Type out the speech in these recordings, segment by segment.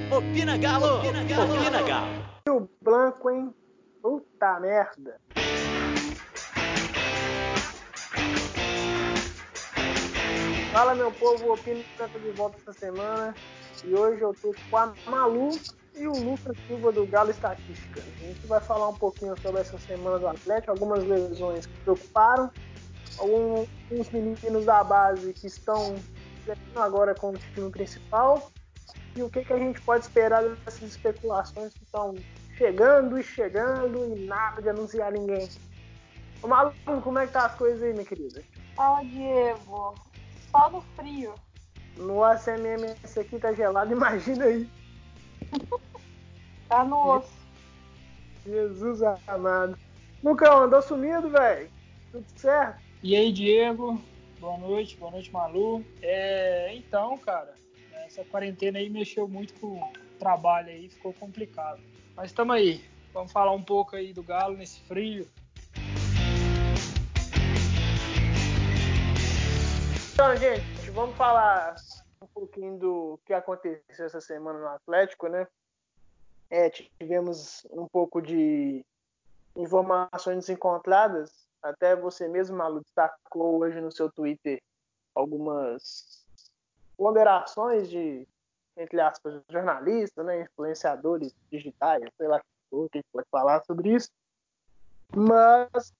Opina Galo! Opina Galo! Opina Galo! Rio Branco, hein? Puta merda. Fala, meu povo, o Opina tá de volta essa semana. E hoje eu tô com a Malu e o Lucas Silva do Galo Estatística. A gente vai falar um pouquinho sobre essa semana do Atlético, algumas lesões que preocuparam, alguns meninos da base que estão agora com o time principal, e o que a gente pode esperar dessas especulações que estão chegando e nada de anunciar ninguém. Ô Malu, como é que tá as coisas aí, minha querida? Fala, Diego. Só no frio. No ACMM esse aqui tá gelado, imagina aí. Tá no osso. Jesus amado. Lucão, andou sumido, velho? Tudo certo? E aí, Diego? Boa noite, Malu. Então, cara, essa quarentena aí mexeu muito com o trabalho aí, ficou complicado. Mas estamos aí, vamos falar um pouco aí do Galo nesse frio. Então, gente, vamos falar um pouquinho do que aconteceu essa semana no Atlético, né? Tivemos um pouco de informações encontradas. Até você mesmo, Malu, destacou hoje no seu Twitter algumas ponderações de, entre aspas, jornalistas, né, influenciadores digitais, sei lá quem pode falar sobre isso. Mas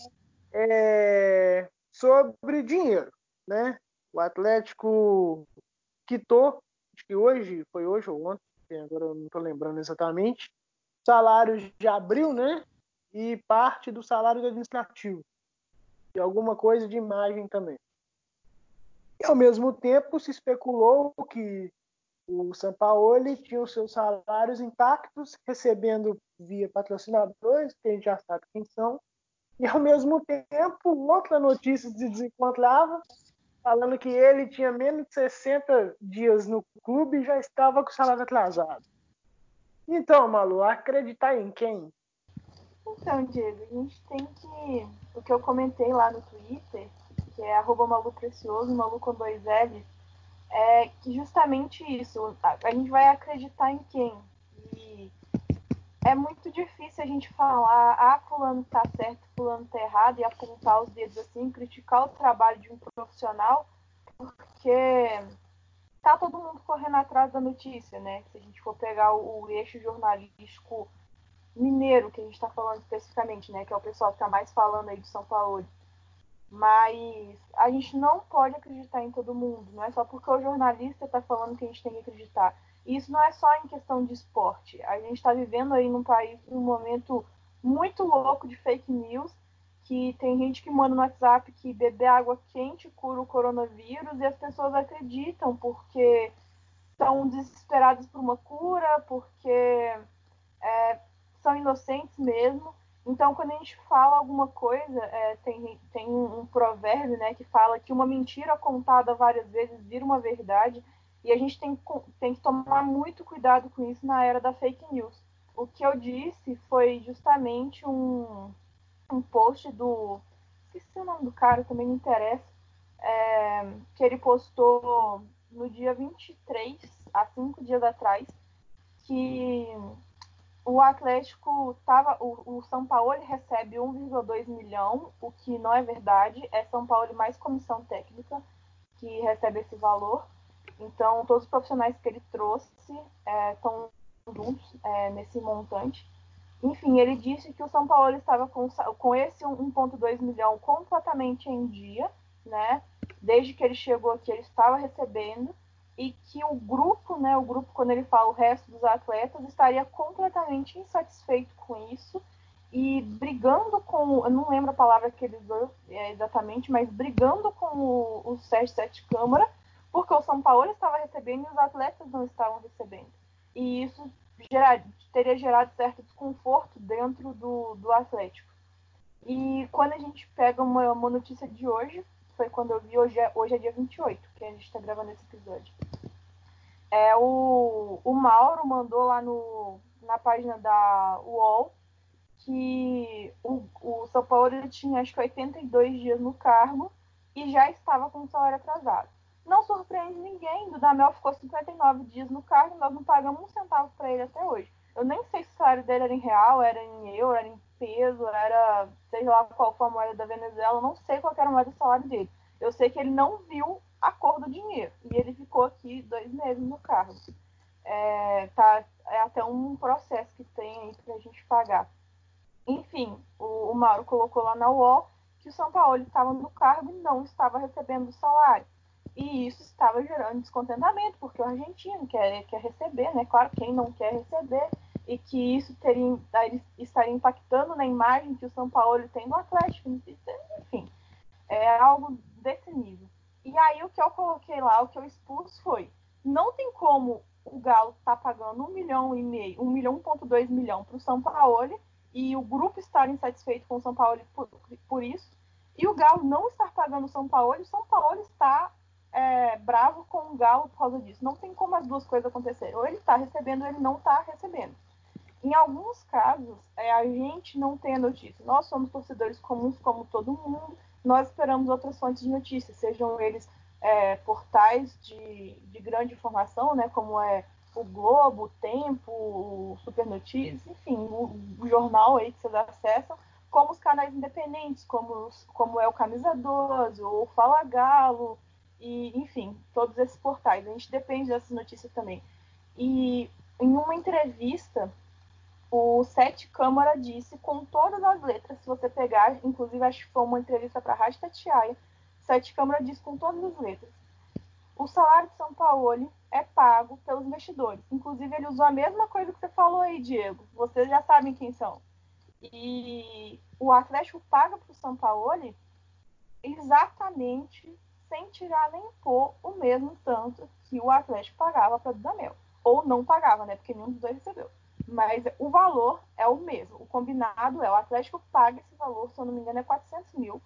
sobre dinheiro, né? O Atlético quitou, acho que foi hoje ou ontem, agora eu não estou lembrando exatamente, salários de abril, né? E parte do salário administrativo. E alguma coisa de imagem também. E ao mesmo tempo se especulou que o Sampaoli tinha os seus salários intactos, recebendo via patrocinadores, que a gente já sabe quem são. E ao mesmo tempo, outra notícia se desencontrava, falando que ele tinha menos de 60 dias no clube e já estava com o salário atrasado. Então, Malu, acreditar em quem? Então, Diego, a gente tem que... O que eu comentei lá no Twitter, que é @maluprecioso, Malu com 2 L, é que justamente isso, a gente vai acreditar em quem? E é muito difícil a gente falar, fulano tá certo, fulano tá errado, e apontar os dedos assim, criticar o trabalho de um profissional, porque tá todo mundo correndo atrás da notícia, né? Se a gente for pegar o eixo jornalístico mineiro, que a gente está falando especificamente, né? Que é o pessoal que está mais falando aí de São Paulo. Mas a gente não pode acreditar em todo mundo. Não é só porque o jornalista está falando que a gente tem que acreditar. E isso não é só em questão de esporte. A gente está vivendo aí num país, num momento muito louco de fake news, que tem gente que manda no WhatsApp que beber água quente cura o coronavírus e as pessoas acreditam porque estão desesperadas por uma cura, porque são inocentes mesmo. Então, quando a gente fala alguma coisa, tem um provérbio, né, que fala que uma mentira contada várias vezes vira uma verdade, e a gente tem que tomar muito cuidado com isso na era da fake news. O que eu disse foi justamente um post do... Esqueci o nome do cara, também me interessa, que ele postou no dia 23, há 5 dias atrás, que o Atlético o São Paulo recebe 1,2 milhão, o que não é verdade. É São Paulo mais comissão técnica que recebe esse valor. Então, todos os profissionais que ele trouxe estão juntos nesse montante. Enfim, ele disse que o São Paulo estava com esse 1,2 milhão completamente em dia, né? Desde que ele chegou aqui, ele estava recebendo, e que o grupo, quando ele fala o resto dos atletas, estaria completamente insatisfeito com isso e brigando com, eu não lembro a palavra que ele usou exatamente, mas brigando com o Sérgio Sete Câmara, porque o São Paulo estava recebendo e os atletas não estavam recebendo. E isso teria gerado certo desconforto dentro do Atlético. E quando a gente pega uma notícia de hoje, foi quando eu vi, hoje é dia 28, que a gente está gravando esse episódio. O Mauro mandou lá na página da UOL que o São Paulo ele tinha acho que 82 dias no cargo e já estava com o salário atrasado. não surpreende ninguém. O Dudamel ficou 59 dias no cargo e nós não pagamos um centavo para ele até hoje. Eu nem sei se o salário dele era em real, era em euro, era em peso, era, sei lá qual foi a moeda da Venezuela, eu não sei qual era a moeda do salário dele. Eu sei que ele não viu a cor do dinheiro e ele ficou aqui 2 meses no cargo. É até um processo que tem aí para a gente pagar. Enfim, o Mauro colocou lá na UOL que o São Paulo estava no cargo e não estava recebendo o salário. E isso estava gerando descontentamento, porque o argentino quer receber, né? Claro, quem não quer receber, e que isso estaria impactando na imagem que o São Paulo tem no Atlético. Enfim, é algo desse nível. E aí o que eu coloquei lá, o que eu expus foi, não tem como o Galo tá pagando 1,5 milhão, 1,2 milhão para o São Paulo e o grupo estar insatisfeito com o São Paulo por isso, e o Galo não estar pagando o São Paulo e o São Paulo está bravo com o Galo por causa disso. Não tem como as duas coisas acontecerem. Ou ele está recebendo ou ele não está recebendo. Em alguns casos, a gente não tem a notícia. Nós somos torcedores comuns como todo mundo, nós esperamos outras fontes de notícias, sejam eles portais de grande informação, né, como é o Globo, o Tempo, o Super Notícias, enfim, o jornal aí que vocês acessam, como os canais independentes, como é o Camisa 12, ou o Fala Galo, e, enfim, todos esses portais. A gente depende dessas notícias também. E em uma entrevista, o Sete Câmara disse, com todas as letras, se você pegar, inclusive acho que foi uma entrevista para a Rádio Tatiaia, Sete Câmara disse com todas as letras, o salário de São Paulo é pago pelos investidores. Inclusive, ele usou a mesma coisa que você falou aí, Diego. Vocês já sabem quem são. E o Atlético paga para o São Paulo exatamente sem tirar nem pôr o mesmo tanto que o Atlético pagava para o Dudamel. Ou não pagava, né? Porque nenhum dos dois recebeu. Mas o valor é o mesmo. O combinado o Atlético paga esse valor, se eu não me engano, é 400 mil.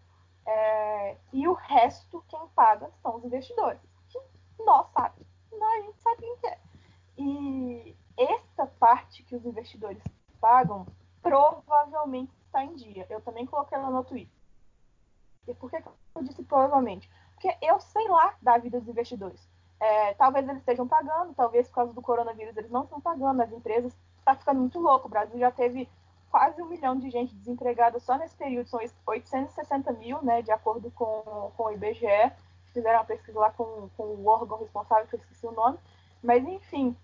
E o resto, quem paga são os investidores. Que nós sabemos. A gente sabe quem é. E essa parte que os investidores pagam provavelmente está em dia. Eu também coloquei lá no Twitter. E por que eu disse provavelmente? Porque eu sei lá da vida dos investidores. Talvez eles estejam pagando, talvez por causa do coronavírus eles não estão pagando, as empresas está ficando muito louco. O Brasil já teve quase 1 milhão de gente desempregada só nesse período, são 860 mil, né, de acordo com o IBGE, fizeram uma pesquisa lá com o órgão responsável, que eu esqueci o nome, mas enfim,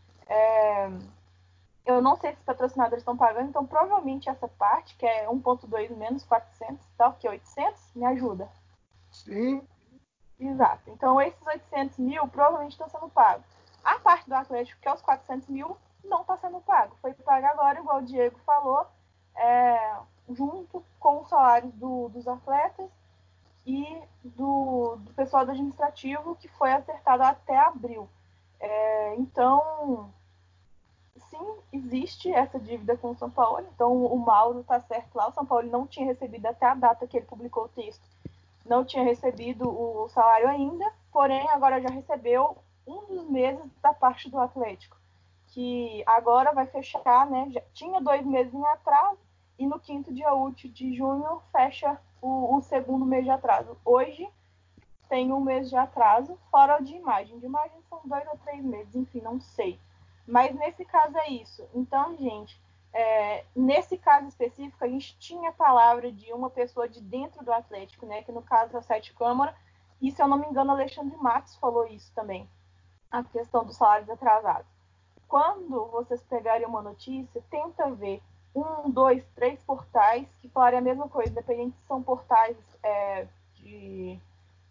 eu não sei se os patrocinadores estão pagando, então provavelmente essa parte, que é 1,2 menos 400, tal, que é 800, me ajuda. Sim. Exato. Então esses 800 mil provavelmente estão sendo pagos. A parte do Atlético, que é os 400 mil, não está sendo pago. Foi pago agora, igual o Diego falou, junto com os salários dos atletas e do pessoal do administrativo, que foi acertado até abril. Então, sim, existe essa dívida com o São Paulo. Então, o Mauro está certo lá. O São Paulo não tinha recebido até a data que ele publicou o texto. Não tinha recebido o salário ainda, porém, agora já recebeu um dos meses da parte do Atlético, que agora vai fechar, né? Já tinha 2 meses em atraso, e no 5º dia útil de junho fecha o segundo mês de atraso. Hoje tem 1 mês de atraso, fora de imagem. De imagem são 2 ou 3 meses, enfim, não sei. Mas nesse caso é isso. Então, gente, nesse caso específico, a gente tinha a palavra de uma pessoa de dentro do Atlético, né? Que no caso é a Sete Câmara, e se eu não me engano, Alexandre Matos falou isso também, a questão dos salários atrasados. Quando vocês pegarem uma notícia, tenta ver 1, 2, 3 portais que falarem a mesma coisa, independente se são portais de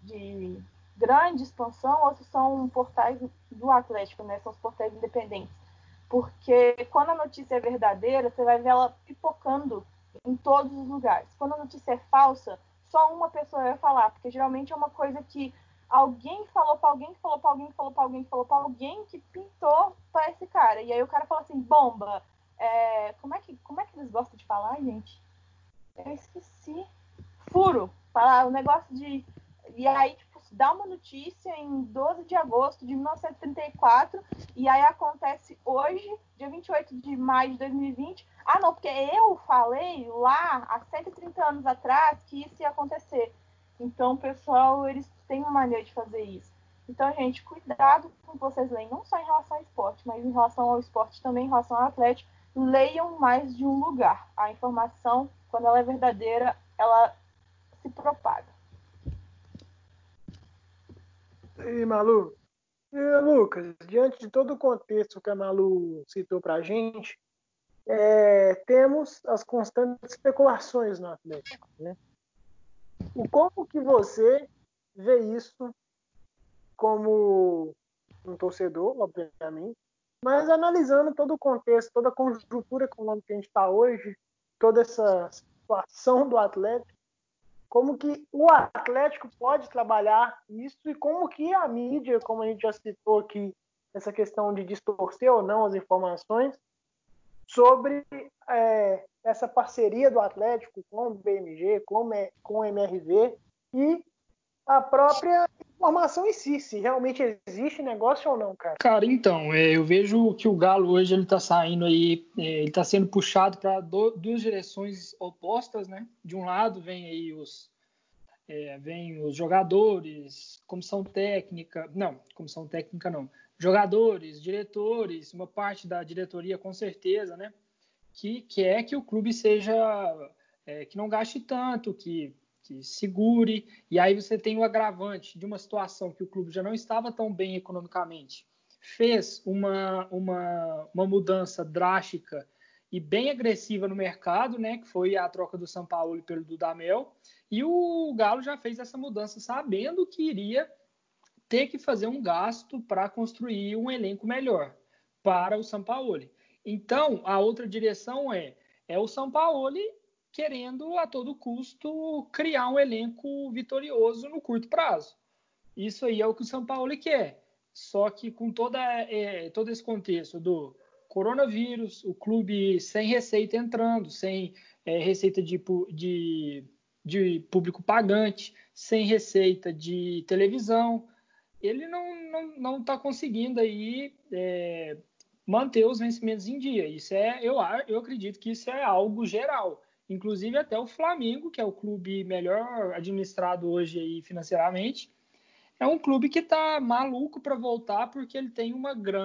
grande expansão ou se são portais do Atlético, né? São os portais independentes. Porque quando a notícia é verdadeira, você vai ver ela pipocando em todos os lugares. Quando a notícia é falsa, só uma pessoa vai falar, porque geralmente é uma coisa que alguém falou para alguém, que falou para alguém, que falou para alguém, que falou para alguém, que pintou para esse cara. E aí o cara fala assim, bomba. Como é que eles gostam de falar, gente? Eu esqueci. Furo. Falar o negócio de... E aí, tipo, dá uma notícia em 12 de agosto de 1934, e aí acontece hoje, dia 28 de maio de 2020. Ah, não, porque eu falei lá, há 130 anos atrás, que isso ia acontecer. Então, pessoal, eles têm uma maneira de fazer isso. Então, gente, cuidado com o que vocês leem, não só em relação ao esporte, mas em relação ao esporte também, em relação ao Atlético. Leiam mais de um lugar. A informação, quando ela é verdadeira, ela se propaga. E Malu, Lucas, diante de todo o contexto que a Malu citou para a gente, temos as constantes especulações no Atlético, né? Como que você vê isso como um torcedor, obviamente, mas analisando todo o contexto, toda a conjuntura econômica que a gente está hoje, toda essa situação do Atlético, como que o Atlético pode trabalhar isso e como que a mídia, como a gente já citou aqui, essa questão de distorcer ou não as informações, sobre essa parceria do Atlético com o BMG, com o MRV e a própria informação em si, se realmente existe negócio ou não, cara. Cara, então, eu vejo que o Galo hoje ele tá saindo aí, ele tá sendo puxado para duas direções opostas, né? De um lado vem aí vem os jogadores, comissão técnica não, jogadores, diretores, uma parte da diretoria com certeza, né? Que quer que o clube seja, que não gaste tanto, que segure, e aí você tem o agravante de uma situação que o clube já não estava tão bem economicamente, fez uma mudança drástica e bem agressiva no mercado, né, que foi a troca do Sampaoli pelo Dudamel, e o Galo já fez essa mudança sabendo que iria ter que fazer um gasto para construir um elenco melhor para o Sampaoli. Então, a outra direção é o Sampaoli querendo a todo custo criar um elenco vitorioso no curto prazo. Isso aí é o que o Sampaoli quer. Só que com todo esse contexto do coronavírus, o clube sem receita entrando, sem receita de público pagante, sem receita de televisão, ele não está conseguindo aí manter os vencimentos em dia. Isso eu acredito que isso é algo geral. Inclusive até o Flamengo, que é o clube melhor administrado hoje aí financeiramente, é um clube que está maluco para voltar porque ele tem um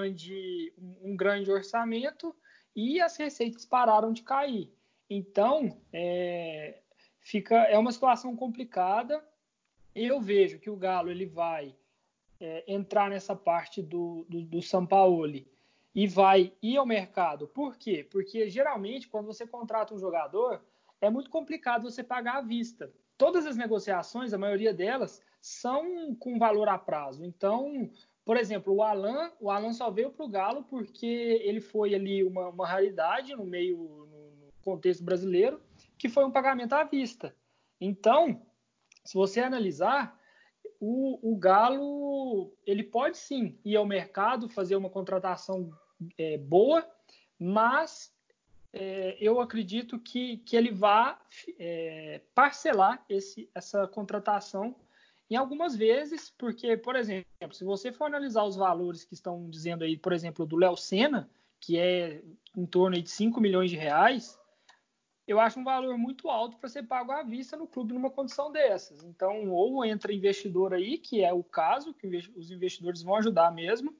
grande orçamento e as receitas pararam de cair. Então, é uma situação complicada. Eu vejo que o Galo ele vai entrar nessa parte do Sampaoli e vai ir ao mercado. Por quê? Porque geralmente quando você contrata um jogador é muito complicado você pagar à vista. Todas as negociações, a maioria delas, são com valor a prazo. Então, por exemplo, o Alan só veio para o Galo porque ele foi ali uma raridade no contexto brasileiro, que foi um pagamento à vista. Então, se você analisar, o Galo ele pode sim ir ao mercado, fazer uma contratação boa, mas eu acredito que ele vá parcelar essa contratação em algumas vezes, porque, por exemplo, se você for analisar os valores que estão dizendo aí, por exemplo, do Léo Senna, que é em torno de 5 milhões de reais, eu acho um valor muito alto para ser pago à vista no clube numa condição dessas. Então, ou entra investidor aí, que é o caso, que os investidores vão ajudar mesmo,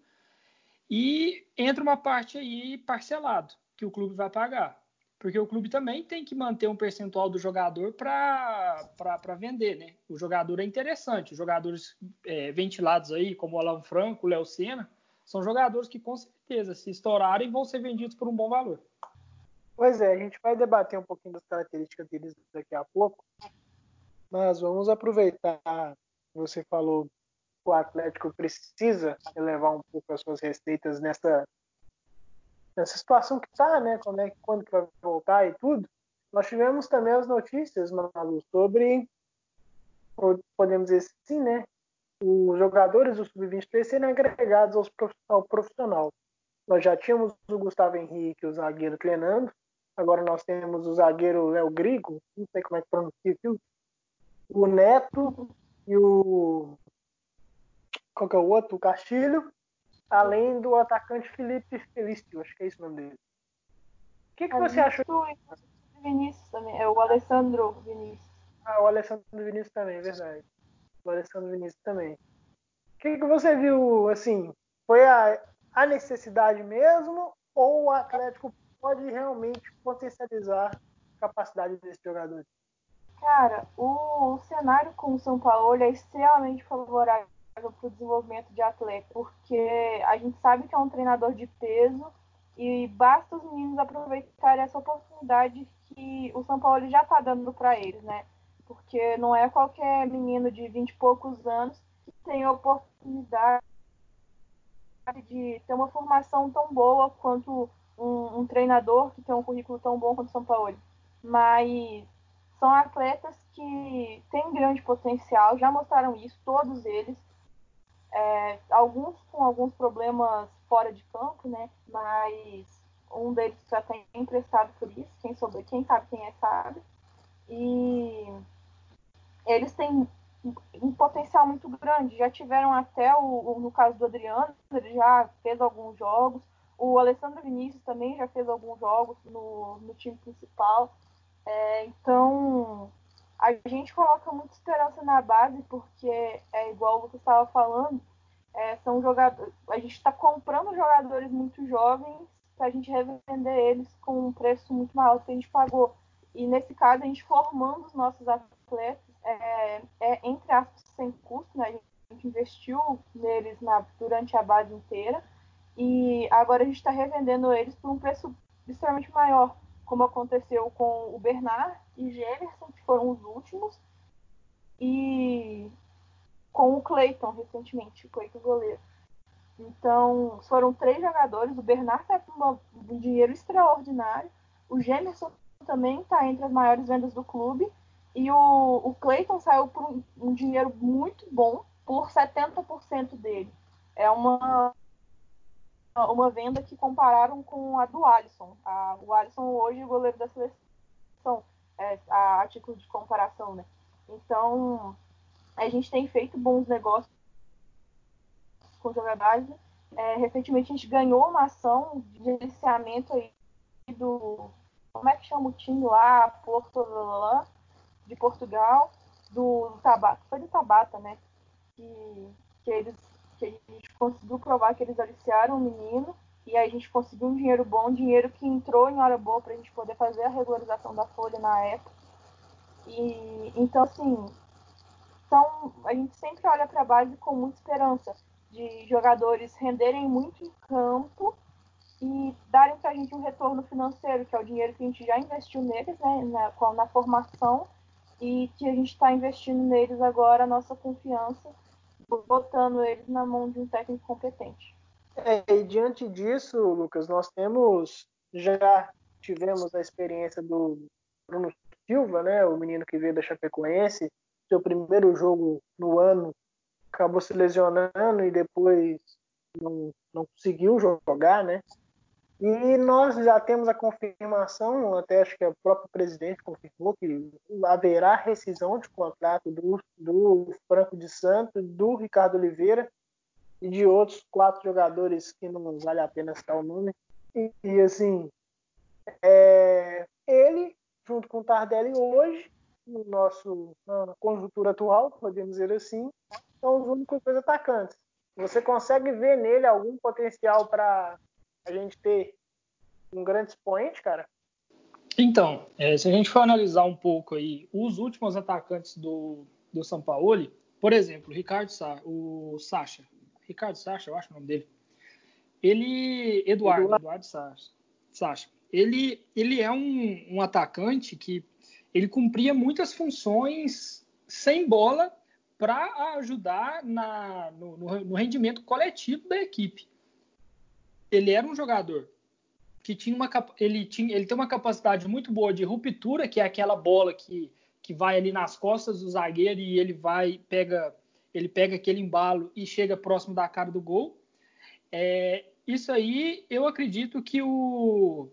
e entra uma parte aí parcelado, que o clube vai pagar. Porque o clube também tem que manter um percentual do jogador para vender, né? O jogador é interessante. Os jogadores ventilados aí, como o Alan Franco, o Léo Senna, são jogadores que com certeza, se estourarem, vão ser vendidos por um bom valor. Pois é, a gente vai debater um pouquinho das características deles daqui a pouco, mas vamos aproveitar que você falou que o Atlético precisa elevar um pouco as suas receitas nessa situação que está, né? Quando que vai voltar e tudo. Nós tivemos também as notícias, Malu, sobre, podemos dizer assim, né? Os jogadores do Sub-23 serem agregados ao profissional. Nós já tínhamos o Gustavo Henrique, o zagueiro, treinando. Agora nós temos o zagueiro Léo Grigo, não sei como é que pronuncia aquilo, o Neto e o... qual que é o outro? O Castilho, além do atacante Felipe Felício, acho que é esse o nome dele. O que você achou? O Vinícius também, é o Alessandro Vinícius. O Alessandro Vinícius também, é verdade. O Alessandro Vinícius também. O que você viu, assim, foi a necessidade mesmo ou o Atlético pode realmente potencializar a capacidade desse jogador? Cara, o cenário com o São Paulo é extremamente favorável para o desenvolvimento de atleta, porque a gente sabe que é um treinador de peso e basta os meninos aproveitarem essa oportunidade que o São Paulo já está dando para eles, né? Porque não é qualquer menino de 20 e poucos anos que tem a oportunidade de ter uma formação tão boa quanto um treinador que tem um currículo tão bom quanto o São Paulo. Mas são atletas que têm grande potencial, já mostraram isso, todos eles. Alguns com alguns problemas fora de campo, né? Mas um deles já tem emprestado por isso, quem sabe quem é sabe. E eles têm um potencial muito grande. Já tiveram até, no caso do Adriano, ele já fez alguns jogos. O Alessandro Vinícius também já fez alguns jogos no time principal. Então, a gente coloca muita esperança na base, porque é igual o Lucas estava falando, são jogadores. A gente está comprando jogadores muito jovens para a gente revender eles com um preço muito maior do que a gente pagou. E nesse caso, a gente formando os nossos atletas, entre aspas, sem custo, né? A gente investiu neles durante a base inteira e agora a gente está revendendo eles por um preço extremamente maior, como aconteceu com o Bernard e Gemerson, que foram os últimos, e com o Cleiton recentemente, o Cleiton goleiro. Então, foram 3 jogadores. O Bernard está com um dinheiro extraordinário. O Gemerson também está entre as maiores vendas do clube. E o Cleiton saiu por um dinheiro muito bom, por 70% dele. É uma venda que compararam com a do Alisson. O Alisson hoje é o goleiro da seleção, a título de comparação, né? Então, a gente tem feito bons negócios com jogadores. Recentemente a gente ganhou uma ação de gerenciamento aí como é que chama o time lá, de Portugal, do Tabata, foi do Tabata, né? Que a gente conseguiu provar que eles aliciaram o menino e aí a gente conseguiu um dinheiro bom, dinheiro que entrou em hora boa para a gente poder fazer a regularização da folha na época. E então assim, a gente sempre olha para a base com muita esperança de jogadores renderem muito em campo e darem para a gente um retorno financeiro, que é o dinheiro que a gente já investiu neles, né, na formação, e que a gente está investindo neles agora a nossa confiança, botando eles na mão de um técnico competente. E diante disso, Lucas, já tivemos a experiência do Bruno Silva, né, o menino que veio da Chapecoense, seu primeiro jogo no ano acabou se lesionando e depois não conseguiu jogar, né? E nós já temos a confirmação, até acho que o próprio presidente confirmou que haverá rescisão de contrato do Franco de Santos, do Ricardo Oliveira e de outros 4 jogadores que não vale a pena citar o nome. E assim, ele, junto com o Tardelli hoje, na conjuntura atual, podemos dizer assim, são os únicos 2 atacantes. Você consegue ver nele algum potencial para a gente ter um grande expoente, cara? Então, se a gente for analisar um pouco aí os últimos atacantes do Sampaoli, por exemplo, o Sacha. Ricardo Sacha, eu acho o nome dele. Eduardo Sacha. Ele é um atacante que ele cumpria muitas funções sem bola para ajudar no rendimento coletivo da equipe. Ele era um jogador que ele tem uma capacidade muito boa de ruptura, que é aquela bola que vai ali nas costas do zagueiro e ele pega aquele embalo e chega próximo da cara do gol. Isso aí eu acredito que o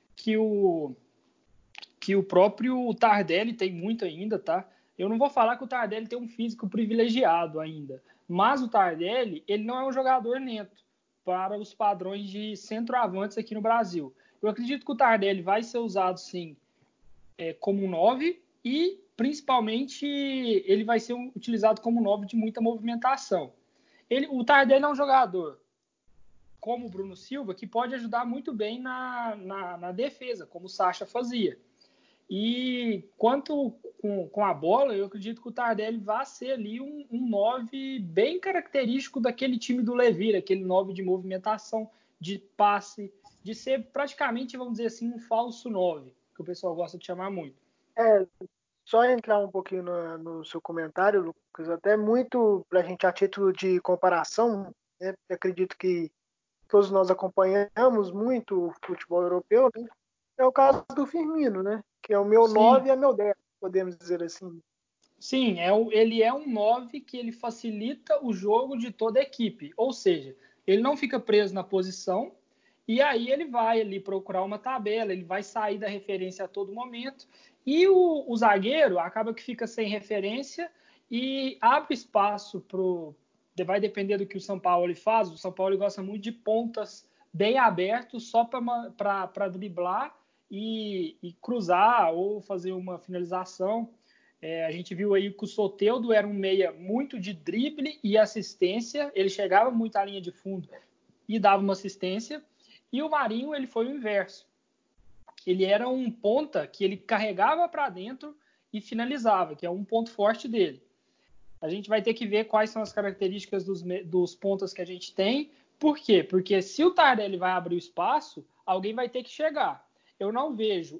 próprio Tardelli tem muito ainda, tá? Eu não vou falar que o Tardelli tem um físico privilegiado ainda, mas o Tardelli, ele não é um jogador lento para os padrões de centroavantes aqui no Brasil. Eu acredito que o Tardelli vai ser usado, sim, como 9 e, principalmente, ele vai ser utilizado como 9 de muita movimentação. o Tardelli é um jogador, como o Bruno Silva, que pode ajudar muito bem na defesa, como o Sacha fazia. E quanto com a bola, eu acredito que o Tardelli vai ser ali um 9 bem característico daquele time do Levir, aquele 9 de movimentação, de passe, de ser praticamente, vamos dizer assim, um falso 9, que o pessoal gosta de chamar muito. Só entrar um pouquinho no seu comentário, Lucas, até muito para a gente a título de comparação, né? Acredito que todos nós acompanhamos muito o futebol europeu, né? É o caso do Firmino, né? Que é o meu 9 e é meu 10, podemos dizer assim. Sim, ele é um 9 que ele facilita o jogo de toda a equipe. Ou seja, ele não fica preso na posição e aí ele vai ali procurar uma tabela, ele vai sair da referência a todo momento. E o zagueiro acaba que fica sem referência e abre espaço para. Vai depender do que o São Paulo faz. O São Paulo gosta muito de pontas bem abertos só para driblar e cruzar ou fazer uma finalização. A gente viu aí que o Soteldo era um meia muito de drible e assistência. Ele chegava muito à linha de fundo e dava uma assistência. E o Marinho, ele foi o inverso. Ele era um ponta que ele carregava para dentro e finalizava, que é um ponto forte dele. A gente vai ter que ver quais são as características dos pontas que a gente tem. Por quê? Porque se o Tardelli vai abrir o espaço, alguém vai ter que chegar. Eu não vejo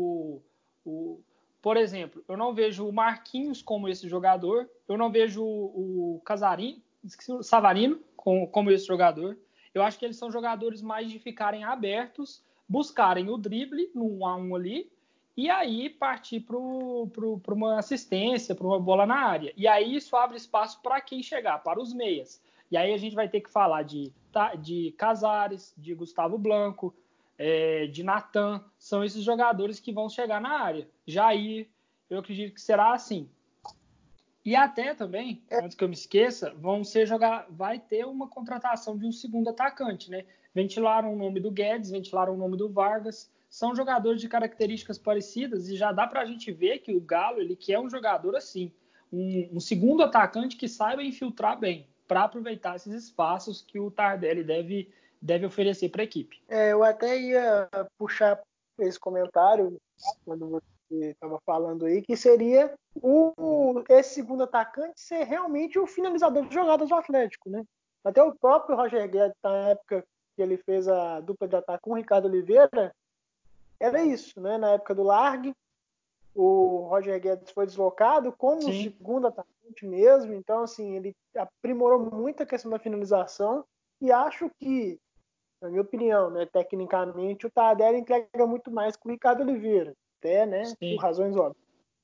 por exemplo, eu não vejo o Marquinhos como esse jogador, eu não vejo o Savarino como esse jogador. Eu acho que eles são jogadores mais de ficarem abertos, buscarem o drible no 1 a 1 ali, e aí partir para uma assistência, para uma bola na área. E aí isso abre espaço para quem chegar, para os meias. E aí a gente vai ter que falar de Casares, de Gustavo Blanco, de Natan, são esses jogadores que vão chegar na área. Jair, eu acredito que será assim. E até também, antes que eu me esqueça, vai ter uma contratação de um segundo atacante, né? Ventilaram o nome do Guedes, ventilaram o nome do Vargas, são jogadores de características parecidas e já dá para a gente ver que o Galo ele quer um jogador assim, um segundo atacante que saiba infiltrar bem, para aproveitar esses espaços que o Tardelli deve oferecer para a equipe. Eu até ia puxar esse comentário quando você estava falando aí, que seria esse segundo atacante ser realmente o finalizador de jogadas do Atlético, né? Até o próprio Roger Guedes, na época que ele fez a dupla de ataque com o Ricardo Oliveira, era isso, né? Na época do Largue, o Roger Guedes foi deslocado como o segundo atacante mesmo, então assim, ele aprimorou muito a questão da finalização e acho que, na minha opinião, né, tecnicamente, o Tardelli entrega muito mais que o Ricardo Oliveira, até, né, por razões óbvias.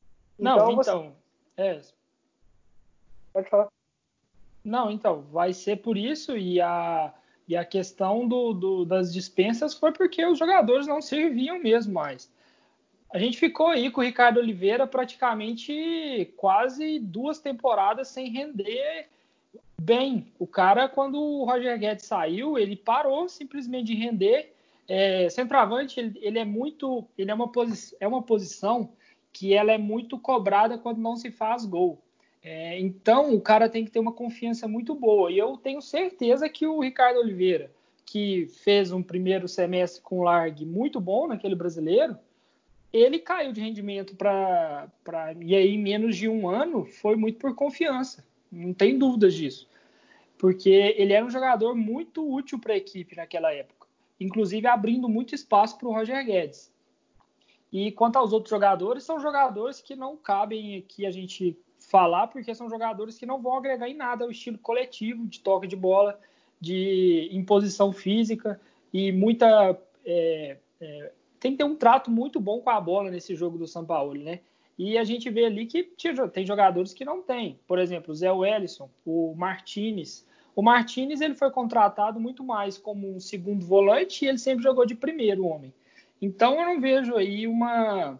Pode falar. Não, então, vai ser por isso e a questão das dispensas foi porque os jogadores não serviam mesmo mais. A gente ficou aí com o Ricardo Oliveira praticamente quase 2 temporadas sem render bem. O cara, quando o Roger Guedes saiu, ele parou simplesmente de render. Centroavante, ele é uma posição que ela é muito cobrada quando não se faz gol. Então, o cara tem que ter uma confiança muito boa. E eu tenho certeza que o Ricardo Oliveira, que fez um primeiro semestre com largue muito bom naquele brasileiro, ele caiu de rendimento e aí em menos de 1 ano foi muito por confiança. Não tem dúvidas disso. Porque ele era um jogador muito útil para a equipe naquela época. Inclusive abrindo muito espaço para o Roger Guedes. E quanto aos outros jogadores, são jogadores que não cabem aqui a gente falar, porque são jogadores que não vão agregar em nada ao estilo coletivo, de toque de bola, de imposição física e muita... tem que ter um trato muito bom com a bola nesse jogo do São Paulo, né? E a gente vê ali que tem jogadores que não tem. Por exemplo, o Zé Wellison, o Martinez. O Martinez ele foi contratado muito mais como um segundo volante e ele sempre jogou de primeiro homem. Então eu não vejo aí uma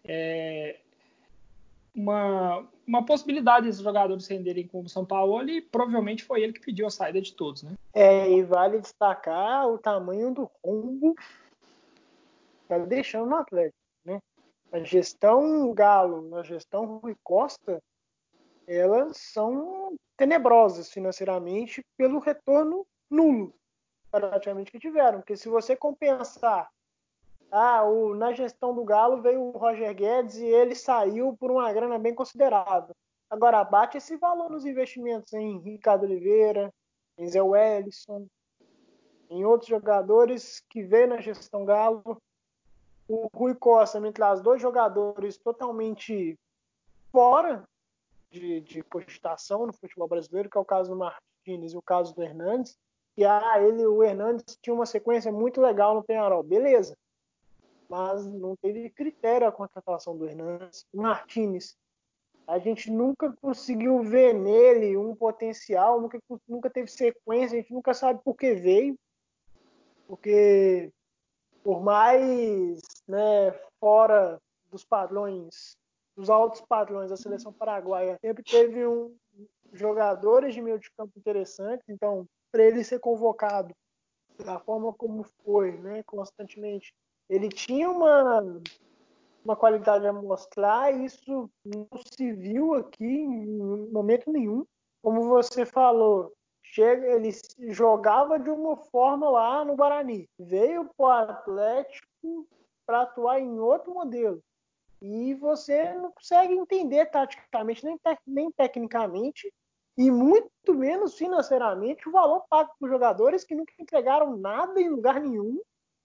possibilidade desses jogadores renderem como São Paulo e provavelmente foi ele que pediu a saída de todos, né? E vale destacar o tamanho do rombo que está deixando no Atlético, né? A gestão Galo, a gestão Rui Costa elas são tenebrosas financeiramente pelo retorno nulo praticamente que tiveram. Porque se você compensar, na gestão do Galo veio o Roger Guedes e ele saiu por uma grana bem considerável. Agora, bate esse valor nos investimentos em Ricardo Oliveira, em Zé Wellison, em outros jogadores que veio na gestão Galo. O Rui Costa me traz 2 jogadores totalmente fora de cogitação no futebol brasileiro, que é o caso do Martínez e o caso do Hernandes. E o Hernandes tinha uma sequência muito legal no Peñarol, beleza. Mas não teve critério a contratação do Hernandes. O Martínez, a gente nunca conseguiu ver nele um potencial, nunca teve sequência, a gente nunca sabe por que veio. Porque por mais, né, fora dos padrões, dos altos padrões da seleção paraguaia, sempre teve jogadores de meio de campo interessantes. Então, para ele ser convocado da forma como foi, né, constantemente, ele tinha uma qualidade a mostrar, e isso não se viu aqui em momento nenhum. Como você falou, ele jogava de uma forma lá no Guarani, veio para o Atlético para atuar em outro modelo. E você não consegue entender taticamente, nem tecnicamente, e muito menos financeiramente, o valor pago por jogadores que nunca entregaram nada em lugar nenhum,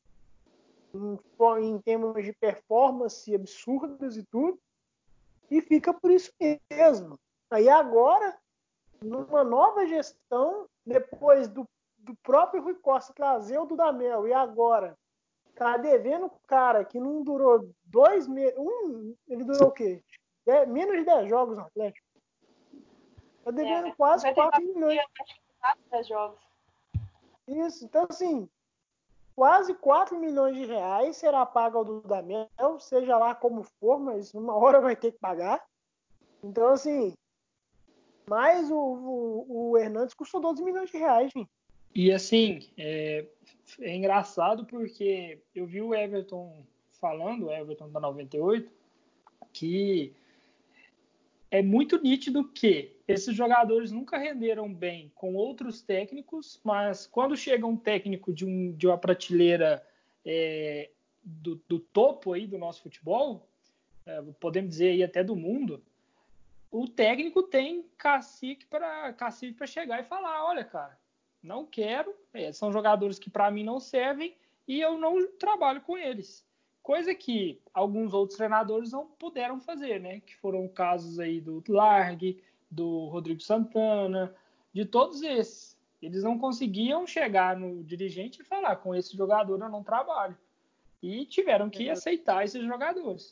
em termos de performance absurdas e tudo, e fica por isso mesmo. Aí agora, numa nova gestão, depois do próprio Rui Costa trazer o Dudamel, e agora tá devendo o cara que não durou 2 meses. Ele durou o quê? Menos de 10 jogos no Atlético. Tá devendo quase 4 milhões. Jogos. Isso, então assim, quase 4 milhões de reais será pago ao Dudamel, seja lá como for, mas uma hora vai ter que pagar. Então, assim, mas o Hernandes custou 12 milhões de reais, gente. E assim, é engraçado porque eu vi o Everton falando, o Everton da 98, que é muito nítido que esses jogadores nunca renderam bem com outros técnicos, mas quando chega um técnico de uma prateleira do topo aí do nosso futebol, podemos dizer aí até do mundo, o técnico tem cacife para chegar e falar, olha, cara, não quero, são jogadores que para mim não servem e eu não trabalho com eles. Coisa que alguns outros treinadores não puderam fazer, né? Que foram casos aí do Largue, do Rodrigo Santana, de todos esses. Eles não conseguiam chegar no dirigente e falar, com esse jogador eu não trabalho. E tiveram que aceitar esses jogadores.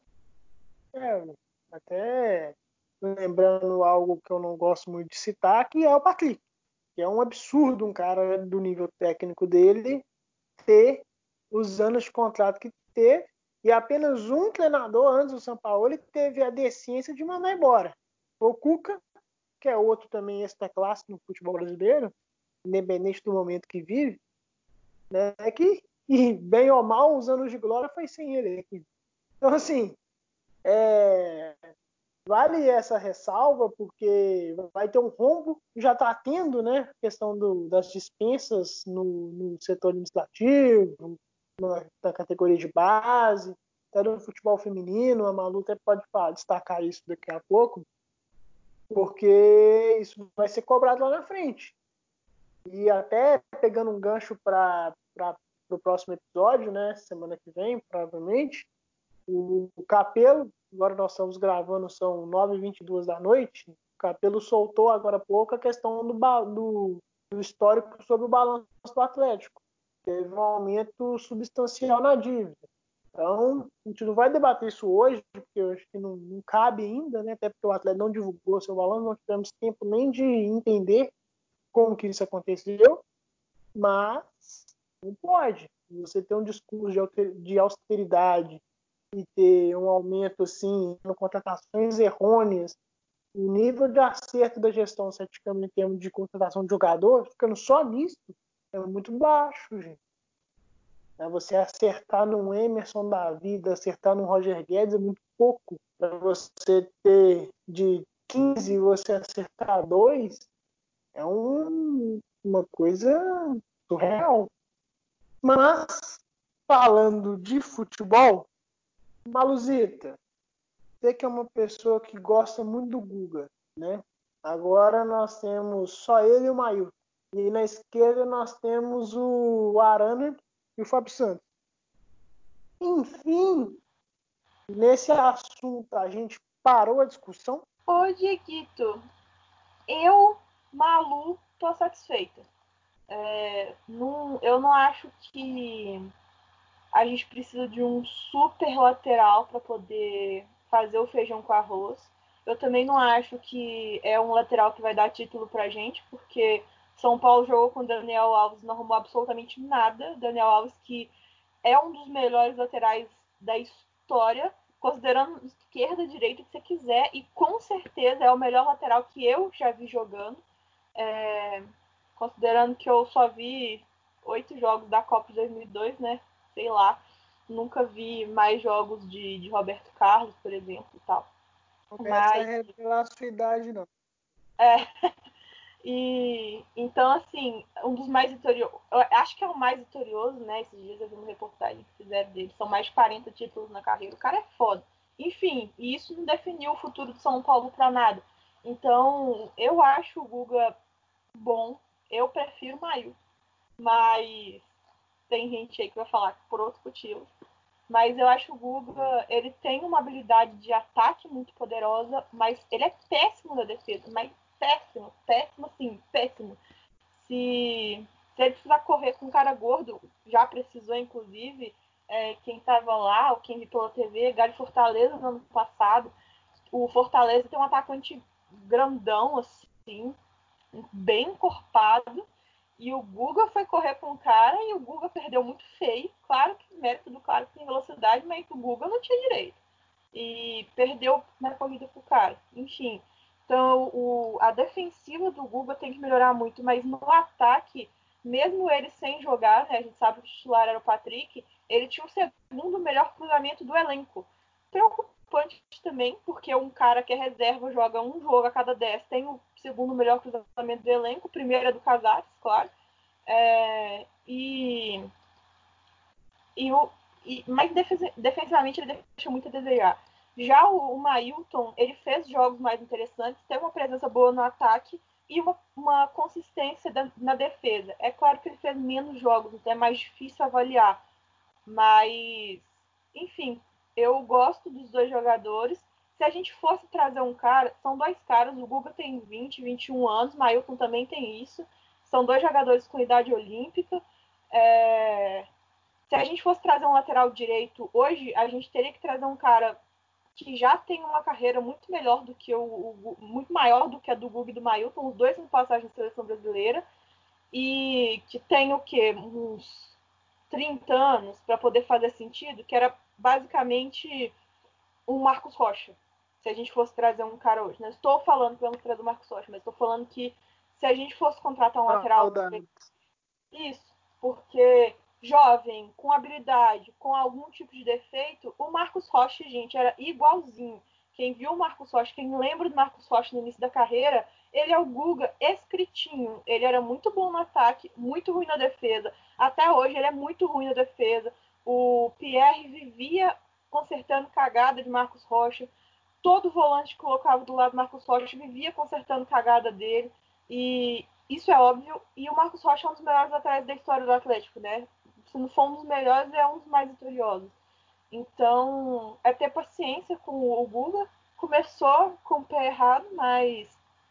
Até lembrando algo que eu não gosto muito de citar, que é o Patrick. Que é um absurdo um cara do nível técnico dele ter os anos de contrato que teve, e apenas um treinador antes do Sampaoli teve a decência de mandar embora. O Cuca, que é outro também extra-classe no futebol brasileiro, independente do momento que vive, né, e bem ou mal, os anos de glória foi sem ele aqui. Então, assim, vale essa ressalva, porque vai ter um rombo, já está tendo, né, a questão das dispensas no setor administrativo, na categoria de base, até no futebol feminino. A Malu até pode destacar isso daqui a pouco, porque isso vai ser cobrado lá na frente. E até pegando um gancho para o próximo episódio, né, semana que vem, provavelmente, o Capello, agora nós estamos gravando, são 9h22 da noite, o Capello soltou agora há pouco a questão do histórico sobre o balanço do Atlético. Teve um aumento substancial na dívida. Então, a gente não vai debater isso hoje, porque eu acho que não cabe ainda, né? Até porque o Atlético não divulgou seu balanço, não tivemos tempo nem de entender como que isso aconteceu, mas não pode. Você ter um discurso de austeridade e ter um aumento assim, em contratações errôneas, o nível de acerto da gestão Sete Câmara em termos de contratação de jogador, ficando só nisso, é muito baixo, gente. Você acertar num Emerson da vida, acertar num Roger Guedes é muito pouco para você ter de 15 e você acertar 2, é uma coisa surreal. Mas, falando de futebol, Maluzita, você que é uma pessoa que gosta muito do Guga, né? Agora nós temos só ele e o Maílton. E na esquerda nós temos o Arana e o Fábio Santos. Enfim, nesse assunto a gente parou a discussão. Ô, Dieguito, eu, Malu, tô satisfeita. Eu não acho que a gente precisa de um super lateral para poder fazer o feijão com arroz. Eu também não acho que é um lateral que vai dar título pra gente, porque São Paulo jogou com Daniel Alves, não arrumou absolutamente nada. Daniel Alves, que é um dos melhores laterais da história, considerando esquerda, direita, o que você quiser, e com certeza é o melhor lateral que eu já vi jogando. Considerando que eu só vi 8 jogos da Copa de 2002, né? Sei lá. Nunca vi mais jogos de Roberto Carlos, por exemplo, e tal. Começa a Mas, revelar a sua idade, não. então, assim, um dos mais vitoriosos, eu acho que é o mais vitorioso, né? Esses dias eu vi uma reportagem que fizeram dele, são mais de 40 títulos na carreira, o cara é foda. Enfim, e isso não definiu o futuro de São Paulo pra nada. Então, eu acho o Guga bom, eu prefiro o Maílton, mas tem gente aí que vai falar por outros motivos. Mas eu acho que o Guga, ele tem uma habilidade de ataque muito poderosa, mas ele é péssimo na defesa, mas péssimo, péssimo, assim, péssimo. Se ele precisar correr com um cara gordo, já precisou, inclusive, quem estava lá, ou quem viu pela TV, Galo Fortaleza no ano passado, o Fortaleza tem um atacante grandão, assim, bem encorpado, e o Guga foi correr com o cara e o Guga perdeu muito feio. Claro que mérito do cara que tem velocidade, mas o Guga não tinha direito. E perdeu na corrida pro cara. Enfim. Então a defensiva do Guga tem que melhorar muito, mas no ataque, mesmo ele sem jogar, né, a gente sabe que o titular era o Patrick, ele tinha o segundo melhor cruzamento do elenco. Preocupante também, porque um cara que é reserva joga um jogo a cada 10, tem o segundo melhor cruzamento do elenco, o primeiro é do Casares, claro. E mas defensivamente ele deixa muito a desejar. Já o Maílton, ele fez jogos mais interessantes, teve uma presença boa no ataque e uma consistência na defesa. É claro que ele fez menos jogos, então é mais difícil avaliar. Mas, enfim, eu gosto dos dois jogadores. Se a gente fosse trazer um cara, são dois caras, o Guga tem 20, 21 anos, o Maílton também tem isso. São dois jogadores com idade olímpica. Se a gente fosse trazer um lateral direito hoje, a gente teria que trazer um cara que já tem uma carreira muito melhor do que muito maior do que a do Guga e do Maílton, os dois são passagem na seleção brasileira, e que tem o quê? Uns 30 anos para poder fazer sentido, que era basicamente um Marcos Rocha. Se a gente fosse trazer um cara hoje. Não estou falando que vamos trazer o Marcos Rocha, mas estou falando que se a gente fosse contratar um lateral. Isso, porque jovem, com habilidade, com algum tipo de defeito, o Marcos Rocha, gente, era igualzinho. Quem viu o Marcos Rocha, quem lembra do Marcos Rocha no início da carreira, ele é o Guga escritinho. Ele era muito bom no ataque, muito ruim na defesa. Até hoje ele é muito ruim na defesa. O Pierre vivia consertando cagada de Marcos Rocha. Todo volante que colocava do lado do Marcos Rocha vivia consertando cagada dele. E isso é óbvio. E o Marcos Rocha é um dos melhores laterais da história do Atlético, né? Se não for um dos melhores, é um dos mais vitoriosos. Então, é ter paciência com o Guga. Começou com o pé errado, mas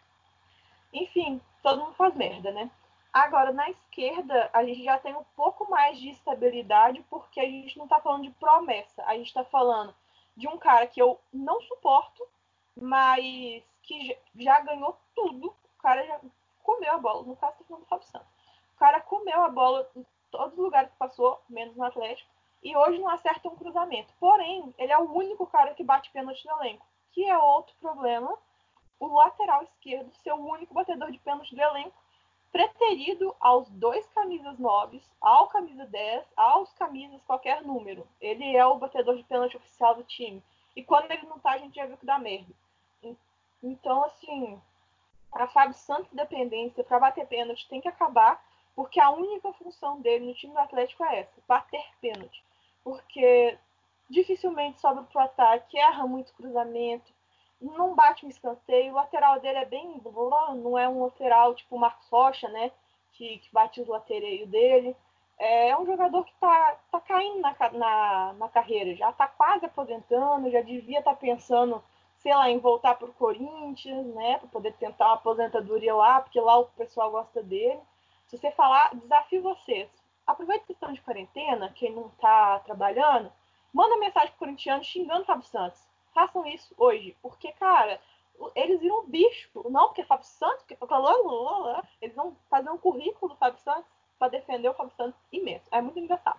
enfim, todo mundo faz merda, né? Agora, na esquerda, a gente já tem um pouco mais de estabilidade, porque a gente não tá falando de promessa. A gente tá falando de um cara que eu não suporto, mas que já ganhou tudo. O cara já comeu a bola. No caso, tá falando do Fábio Santos. O cara comeu a bola em todos os lugares que passou, menos no Atlético, e hoje não acerta um cruzamento. Porém, ele é o único cara que bate pênalti no elenco, que é outro problema. O lateral esquerdo ser o único batedor de pênalti do elenco, preterido aos dois camisas 9, ao camisa 10, aos camisas qualquer número. Ele é o batedor de pênalti oficial do time. E quando ele não tá, a gente já viu que dá merda. Então, assim, a Fábio Santos dependência para bater pênalti tem que acabar, porque a única função dele no time do Atlético é essa, bater pênalti. Porque dificilmente sobe pro ataque, erra muito cruzamento, não bate um escanteio, o lateral dele é bem, não é um lateral tipo o Marcos Rocha, né, que bate o latereio dele. É um jogador que tá caindo na carreira, já tá quase aposentando, já devia estar pensando, sei lá, em voltar pro Corinthians, né, para poder tentar uma aposentadoria lá, porque lá o pessoal gosta dele. Se você falar, desafio vocês. Aproveita que estão de quarentena, quem não tá trabalhando, manda mensagem pro corintiano xingando o Fábio Santos. Façam isso hoje, porque, cara, eles viram um bicho. Não porque é Fábio Santos, porque eles vão fazer um currículo do Fábio Santos para defender o Fábio Santos imenso. É muito engraçado.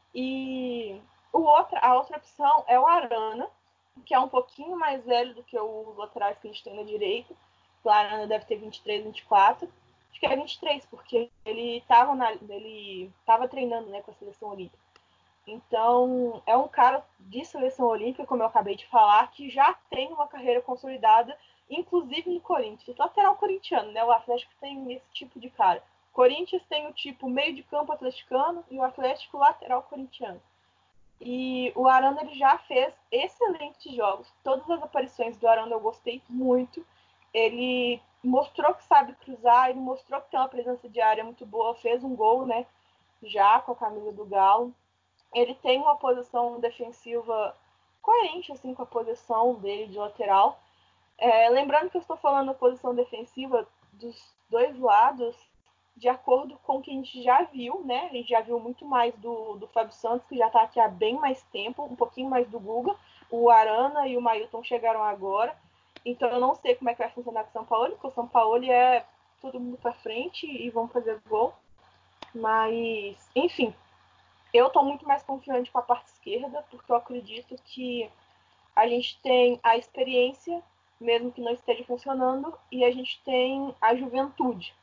E a outra opção é o Arana, que é um pouquinho mais velho do que os laterais que a gente tem na direita. O Arana deve ter 23, 24. Acho que é 23, porque ele estava treinando, né, com a seleção olímpica. Então, é um cara de seleção olímpica, como eu acabei de falar, que já tem uma carreira consolidada, inclusive no Corinthians. Lateral corintiano, né? O Atlético tem esse tipo de cara. O Corinthians tem o tipo meio de campo atleticano e o Atlético lateral corintiano. E o Arana ele já fez excelentes jogos. Todas as aparições do Arana eu gostei muito. Ele mostrou que sabe cruzar, ele mostrou que tem uma presença de área muito boa, fez um gol, né? Já com a camisa do Galo. Ele tem uma posição defensiva coerente assim, com a posição dele de lateral. Lembrando que eu estou falando da posição defensiva dos dois lados, de acordo com o que a gente já viu, né? A gente já viu muito mais do Fábio Santos, que já está aqui há bem mais tempo, um pouquinho mais do Guga. O Arana e o Mailton chegaram agora. Então eu não sei como é que vai funcionar com o São Paulo, porque o São Paulo é todo mundo para frente e vão fazer gol. Mas, enfim, eu estou muito mais confiante com a parte esquerda, porque eu acredito que a gente tem a experiência, mesmo que não esteja funcionando, e a gente tem a juventude.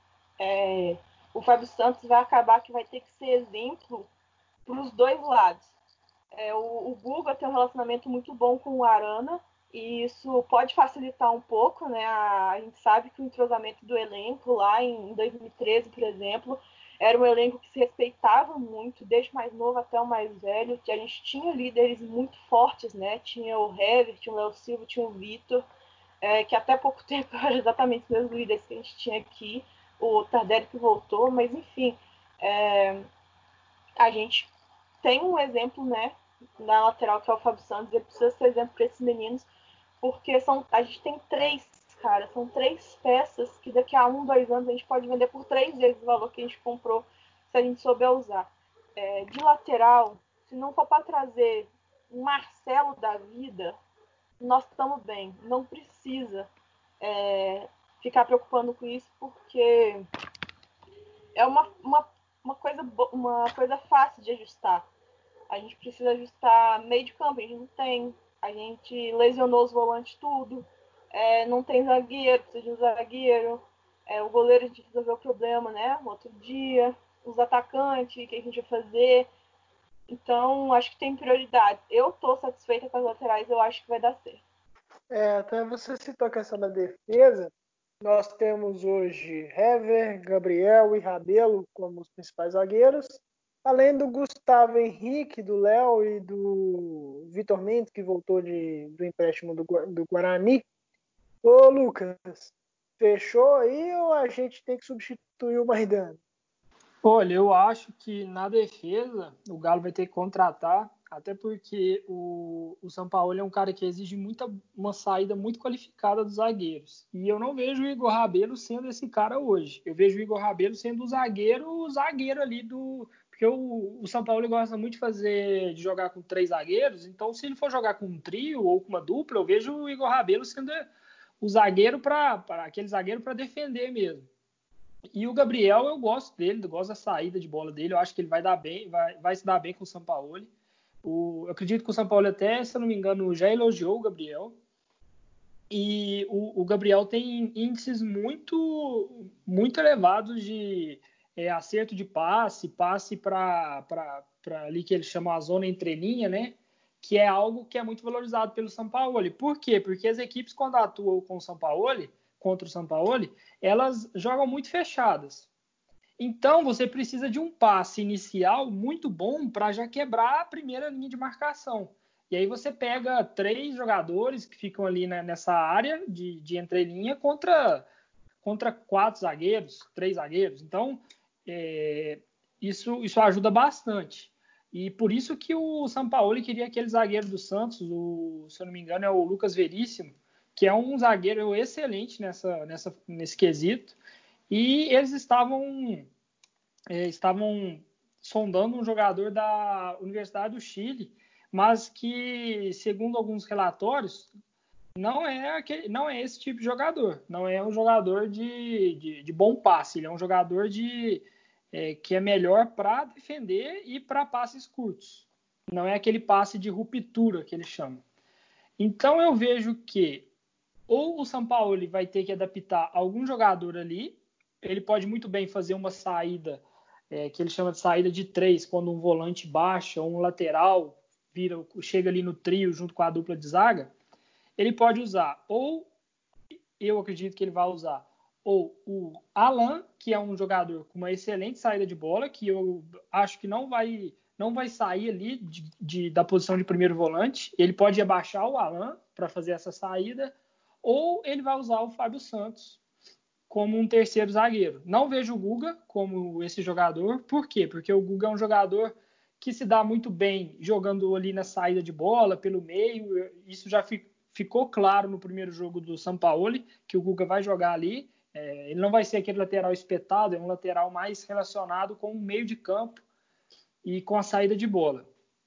O Fábio Santos vai acabar que vai ter que ser exemplo para os dois lados. O Guga tem um relacionamento muito bom com o Arana, e isso pode facilitar um pouco, né? A gente sabe que o entrosamento do elenco lá em 2013, por exemplo, era um elenco que se respeitava muito, desde mais novo até o mais velho, que a gente tinha líderes muito fortes, né? Tinha o Hever, tinha o Léo Silva, tinha o Vitor, que até pouco tempo eram exatamente os mesmos líderes que a gente tinha aqui, o Tardelli que voltou, mas enfim, a gente tem um exemplo, né, na lateral, que é o Fábio Santos, ele precisa ser exemplo para esses meninos, porque a gente tem são três peças que daqui a 2 anos a gente pode vender por 3 vezes o valor que a gente comprou, se a gente souber usar. De lateral, se não for para trazer um Marcelo da vida, nós estamos bem. Não precisa ficar preocupando com isso, porque é uma coisa fácil de ajustar. A gente precisa ajustar meio de campo, a gente não tem. A gente lesionou os volantes tudo. Não tem zagueiro, precisa de um zagueiro. O goleiro a gente resolveu o problema, né? Outro dia. Os atacantes, o que a gente vai fazer. Então, acho que tem prioridade. Eu estou satisfeita com as laterais, eu acho que vai dar certo. Até você citou a questão da defesa. Nós temos hoje Hever, Gabriel e Rabelo como os principais zagueiros, além do Gustavo Henrique, do Léo e do Vitor Mendes, que voltou do empréstimo do Guarani. Ô, Lucas, fechou aí ou a gente tem que substituir o Maidana? Olha, eu acho que na defesa o Galo vai ter que contratar, até porque o São Paulo é um cara que exige uma saída muito qualificada dos zagueiros. E eu não vejo o Igor Rabelo sendo esse cara hoje. Eu vejo o Igor Rabelo sendo o zagueiro ali do. Porque o São Paulo gosta muito de jogar com 3 zagueiros, então se ele for jogar com um trio ou com uma dupla, eu vejo o Igor Rabelo sendo o zagueiro aquele zagueiro para defender mesmo. E o Gabriel, eu gosto dele, eu gosto da saída de bola dele, eu acho que ele vai dar bem, vai se dar bem com o Sampaoli. Eu acredito que o Sampaoli até, se eu não me engano, já elogiou o Gabriel. E o Gabriel tem índices muito, muito elevados de acerto de passe para ali que ele chama a zona entrelinha, né? que é algo que é muito valorizado pelo Sampaoli. Por quê? Porque as equipes, quando atuam com o Sampaoli, contra o Sampaoli, elas jogam muito fechadas. Então, você precisa de um passe inicial muito bom para já quebrar a primeira linha de marcação. E aí você pega 3 jogadores que ficam ali nessa área de entrelinha contra 4 zagueiros, 3 zagueiros. Então, isso ajuda bastante. E por isso que o Sampaoli queria aquele zagueiro do Santos, se eu não me engano, é o Lucas Veríssimo, que é um zagueiro excelente nesse quesito. E eles estavam sondando um jogador da Universidade do Chile, mas que, segundo alguns relatórios, não é esse tipo de jogador. Não é um jogador de bom passe. Ele é um jogador que é melhor para defender e para passes curtos. Não é aquele passe de ruptura que ele chama. Então eu vejo que ou o Sampaoli vai ter que adaptar algum jogador ali. Ele pode muito bem fazer uma saída que ele chama de saída de 3, quando um volante baixa ou um lateral chega ali no trio junto com a dupla de zaga. Ele pode usar, ou eu acredito que ele vai usar, ou o Alan, que é um jogador com uma excelente saída de bola, que eu acho que não vai sair ali da posição de primeiro volante. Ele pode abaixar o Alan para fazer essa saída, ou ele vai usar o Fábio Santos como um terceiro zagueiro. Não vejo o Guga como esse jogador. Por quê? Porque o Guga é um jogador que se dá muito bem jogando ali na saída de bola, pelo meio. Isso já ficou claro no primeiro jogo do Sampaoli, que o Guga vai jogar ali. Ele não vai ser aquele lateral espetado, é um lateral mais relacionado com o meio de campo e com a saída de bola.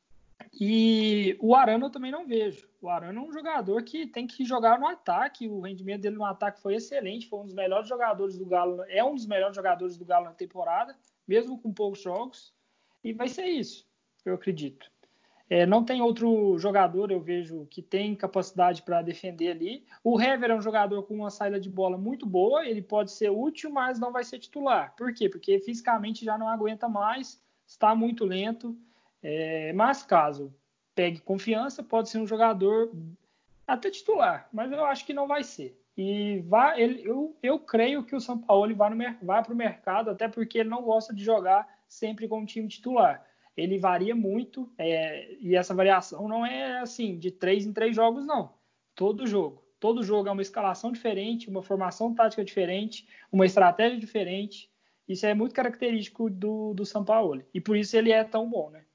E o Arana eu também não vejo. O Arana é um jogador que tem que jogar no ataque. O rendimento dele no ataque foi excelente. Foi um dos melhores jogadores do Galo. É um dos melhores jogadores do Galo na temporada, mesmo com poucos jogos. E vai ser isso, eu acredito. Não tem outro jogador, eu vejo, que tem capacidade para defender ali. O Hever é um jogador com uma saída de bola muito boa. Ele pode ser útil, mas não vai ser titular. Por quê? Porque fisicamente já não aguenta mais. Está muito lento. Mas caso pegue confiança, pode ser um jogador até titular, mas eu acho que não vai ser. E eu creio que o Sampaoli vai para o mercado, até porque ele não gosta de jogar sempre com o time titular. Ele varia muito, e essa variação não é assim, de 3 em 3 jogos, não. Todo jogo é uma escalação diferente, uma formação tática diferente, uma estratégia diferente. Isso é muito característico do Sampaoli. E por isso ele é tão bom, né?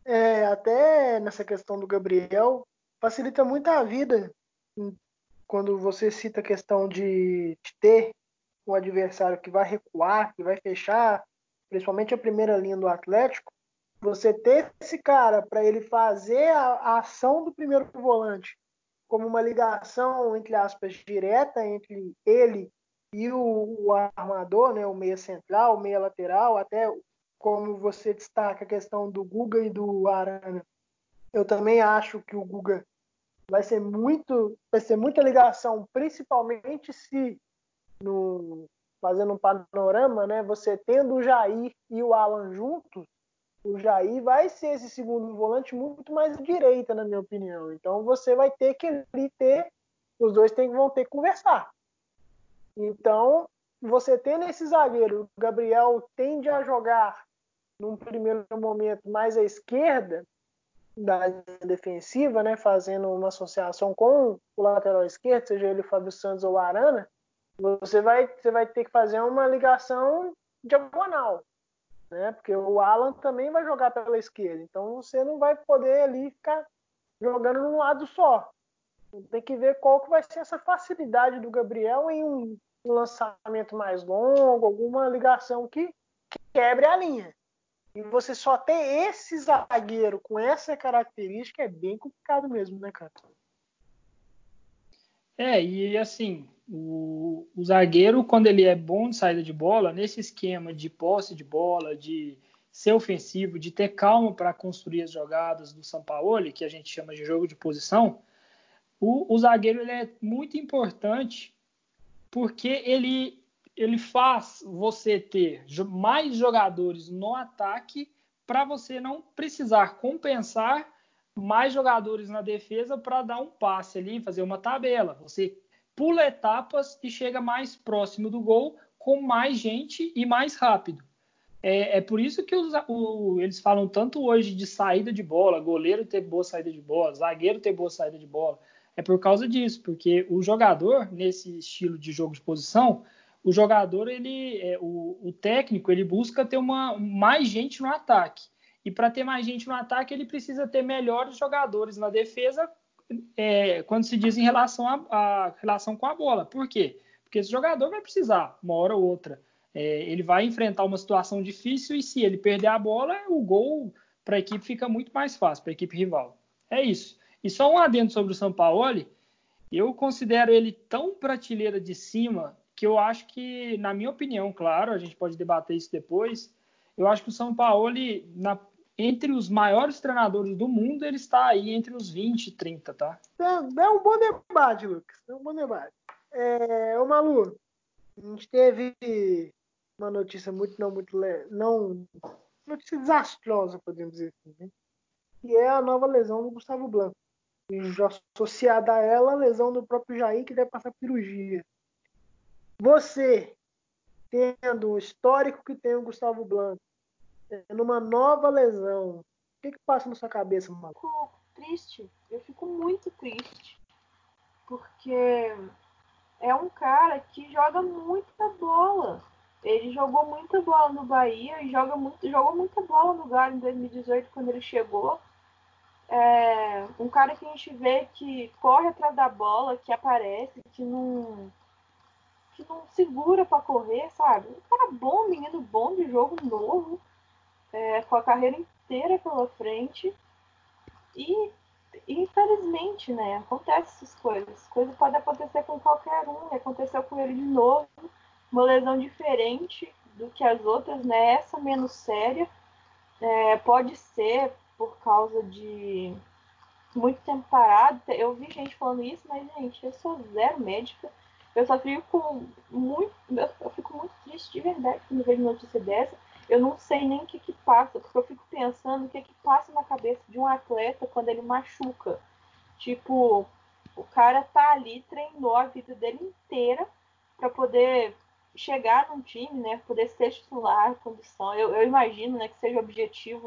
Até nessa questão do Gabriel, facilita muito a vida quando você cita a questão de ter um adversário que vai recuar, que vai fechar, principalmente a primeira linha do Atlético. Você ter esse cara para ele fazer a ação do primeiro volante como uma ligação, entre aspas, direta entre ele e o armador, né, o meia central, o meia lateral, até como você destaca a questão do Guga e do Arana. Eu também acho que o Guga vai ser muita ligação, principalmente se fazendo um panorama, né, você tendo o Jair e o Alan juntos, o Jair vai ser esse segundo volante muito mais direita, na minha opinião. Então você vai ter que os dois vão ter que conversar. Então, você tendo esse zagueiro, o Gabriel tende a jogar num primeiro momento mais à esquerda da defensiva, né, fazendo uma associação com o lateral esquerdo, seja ele o Fábio Santos ou o Arana, você vai ter que fazer uma ligação diagonal, né, porque o Alan também vai jogar pela esquerda, então você não vai poder ali ficar jogando num lado só. Tem que ver qual que vai ser essa facilidade do Gabriel em um lançamento mais longo, alguma ligação que quebre a linha. E você só ter esse zagueiro com essa característica é bem complicado mesmo, né, cara? E assim, o zagueiro, quando ele é bom de saída de bola, nesse esquema de posse de bola, de ser ofensivo, de ter calma para construir as jogadas do Sampaoli, que a gente chama de jogo de posição, o zagueiro ele é muito importante porque ele faz você ter mais jogadores no ataque para você não precisar compensar mais jogadores na defesa para dar um passe ali, fazer uma tabela. Você pula etapas e chega mais próximo do gol com mais gente e mais rápido. É por isso que eles falam tanto hoje de saída de bola, goleiro ter boa saída de bola, zagueiro ter boa saída de bola. É por causa disso, porque o jogador, nesse estilo de jogo de posição, o jogador, o técnico, ele busca ter mais gente no ataque. E para ter mais gente no ataque, ele precisa ter melhores jogadores na defesa, quando se diz em relação a relação com a bola. Por quê? Porque esse jogador vai precisar, uma hora ou outra. Ele vai enfrentar uma situação difícil e se ele perder a bola, o gol para a equipe fica muito mais fácil, para a equipe rival. É isso. E só um adendo sobre o Sampaoli, eu considero ele tão prateleira de cima que eu acho que, na minha opinião, claro, a gente pode debater isso depois, eu acho que o Sampaoli, entre os maiores treinadores do mundo, ele está aí entre os 20 e 30, tá? É um bom debate, Lucas. É um bom debate. Ô Malu, a gente teve uma notícia não notícia desastrosa, podemos dizer assim, né? Que é a nova lesão do Gustavo Blanco. E já associada a ela, a lesão do próprio Jair, que deve passar por cirurgia. Você, tendo o histórico que tem o Gustavo Blanco, tendo uma nova lesão, o que passa na sua cabeça, Malu? Fico triste. Eu fico muito triste. Porque é um cara que joga muita bola. Ele jogou muita bola no Bahia e jogou muita bola no Galo em 2018, quando ele chegou. Um cara que a gente vê que corre atrás da bola, que aparece, que não segura para correr, sabe? Um cara bom, menino bom, de jogo novo, com a carreira inteira pela frente. E infelizmente, né, acontece essas coisas. Coisa pode acontecer com qualquer um, e aconteceu com ele de novo. Uma lesão diferente do que as outras, né? Essa menos séria. Pode ser por causa de muito tempo parado. Eu vi gente falando isso, mas, gente, eu sou zero médica. Eu só fico muito. Eu fico muito triste de verdade quando vejo notícia dessa. Eu não sei nem o que passa, porque eu fico pensando o que passa na cabeça de um atleta quando ele machuca. Tipo, o cara tá ali, treinou a vida dele inteira para poder chegar num time, né? Poder ser titular, condição. Eu imagino, né, que seja o objetivo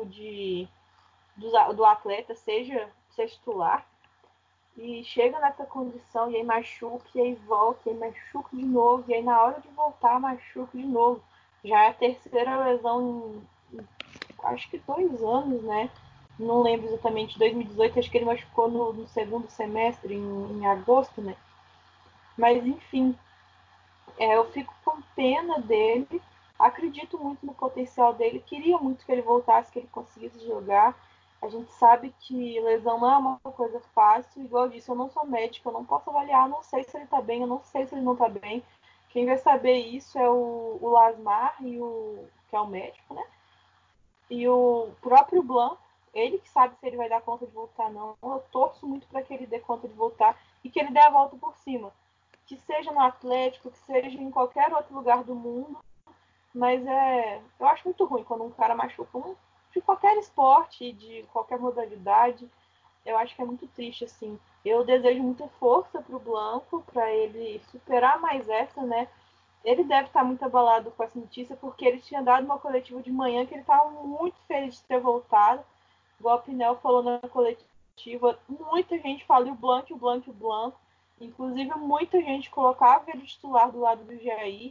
do atleta, seja ser titular. E chega nessa condição, e aí machuca, e aí volta, e aí machuca de novo, e aí na hora de voltar, machuca de novo. Já é a terceira lesão em acho que 2 anos, né? Não lembro exatamente, 2018, acho que ele machucou no segundo semestre, em agosto, né? Mas enfim, eu fico com pena dele, acredito muito no potencial dele, queria muito que ele voltasse, que ele conseguisse jogar. A gente sabe que lesão não é uma coisa fácil, igual eu disse, eu não sou médica, eu não posso avaliar, não sei se ele tá bem, eu não sei se ele não tá bem. Quem vai saber isso é o Lasmar, que é o médico, né? E o próprio Blanco, ele que sabe se ele vai dar conta de voltar ou não. Eu torço muito para que ele dê conta de voltar e que ele dê a volta por cima. Que seja no Atlético, que seja em qualquer outro lugar do mundo. Mas eu acho muito ruim quando um cara machuca de qualquer esporte, de qualquer modalidade. Eu acho que é muito triste, assim. Eu desejo muita força pro Blanco, para ele superar mais essa, né? Ele deve estar muito abalado com essa notícia, porque ele tinha dado uma coletiva de manhã que ele estava muito feliz de ter voltado. Igual o Pinel falou na coletiva, muita gente fala o Blanco, o Blanco, o Blanco. Inclusive, muita gente colocava ele titular do lado do Jair.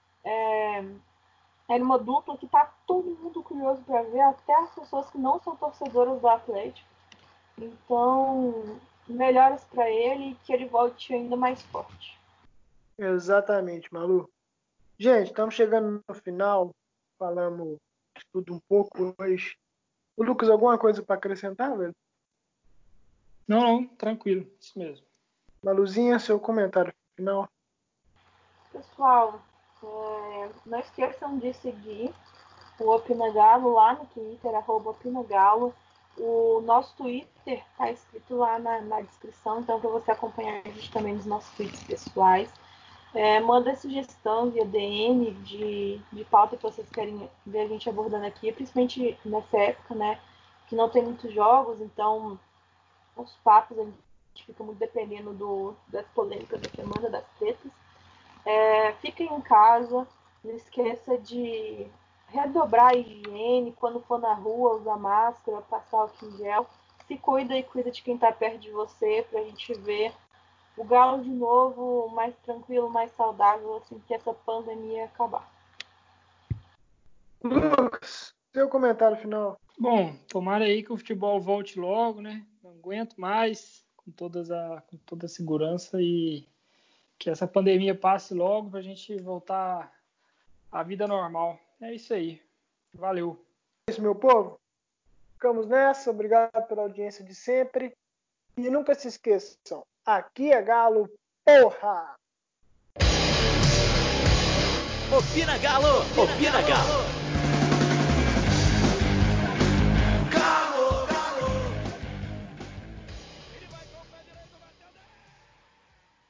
Era uma dupla que está todo mundo curioso para ver, até as pessoas que não são torcedoras do Atlético. Então, melhoras para ele e que ele volte ainda mais forte. Exatamente, Malu. Gente, estamos chegando no final. Falamos de tudo um pouco hoje. O Lucas, alguma coisa para acrescentar, velho? Não, tranquilo, isso mesmo. Maluzinha, seu comentário final. Pessoal, não esqueçam de seguir o Opinagalo lá no Twitter, @Opinagalo. O nosso Twitter está escrito lá na descrição, então para você acompanhar a gente também nos nossos tweets pessoais. Manda sugestão via DM de pauta que vocês querem ver a gente abordando aqui, principalmente nessa época, né? Que não tem muitos jogos, então uns papos, a gente fica muito dependendo das polêmicas da semana, das tretas. Fiquem em casa, não esqueça de redobrar a higiene, quando for na rua, usar máscara, passar álcool em gel. Se cuida e cuida de quem está perto de você, pra gente ver o Galo de novo mais tranquilo, mais saudável, assim que essa pandemia acabar. Lucas, seu comentário final. Bom, tomara aí que o futebol volte logo, né? Não aguento mais com toda a segurança e que essa pandemia passe logo pra gente voltar à vida normal. É isso aí. Valeu. É isso, meu povo. Ficamos nessa. Obrigado pela audiência de sempre. E nunca se esqueçam, aqui é Galo, porra! Opina Galo! Opina Galo!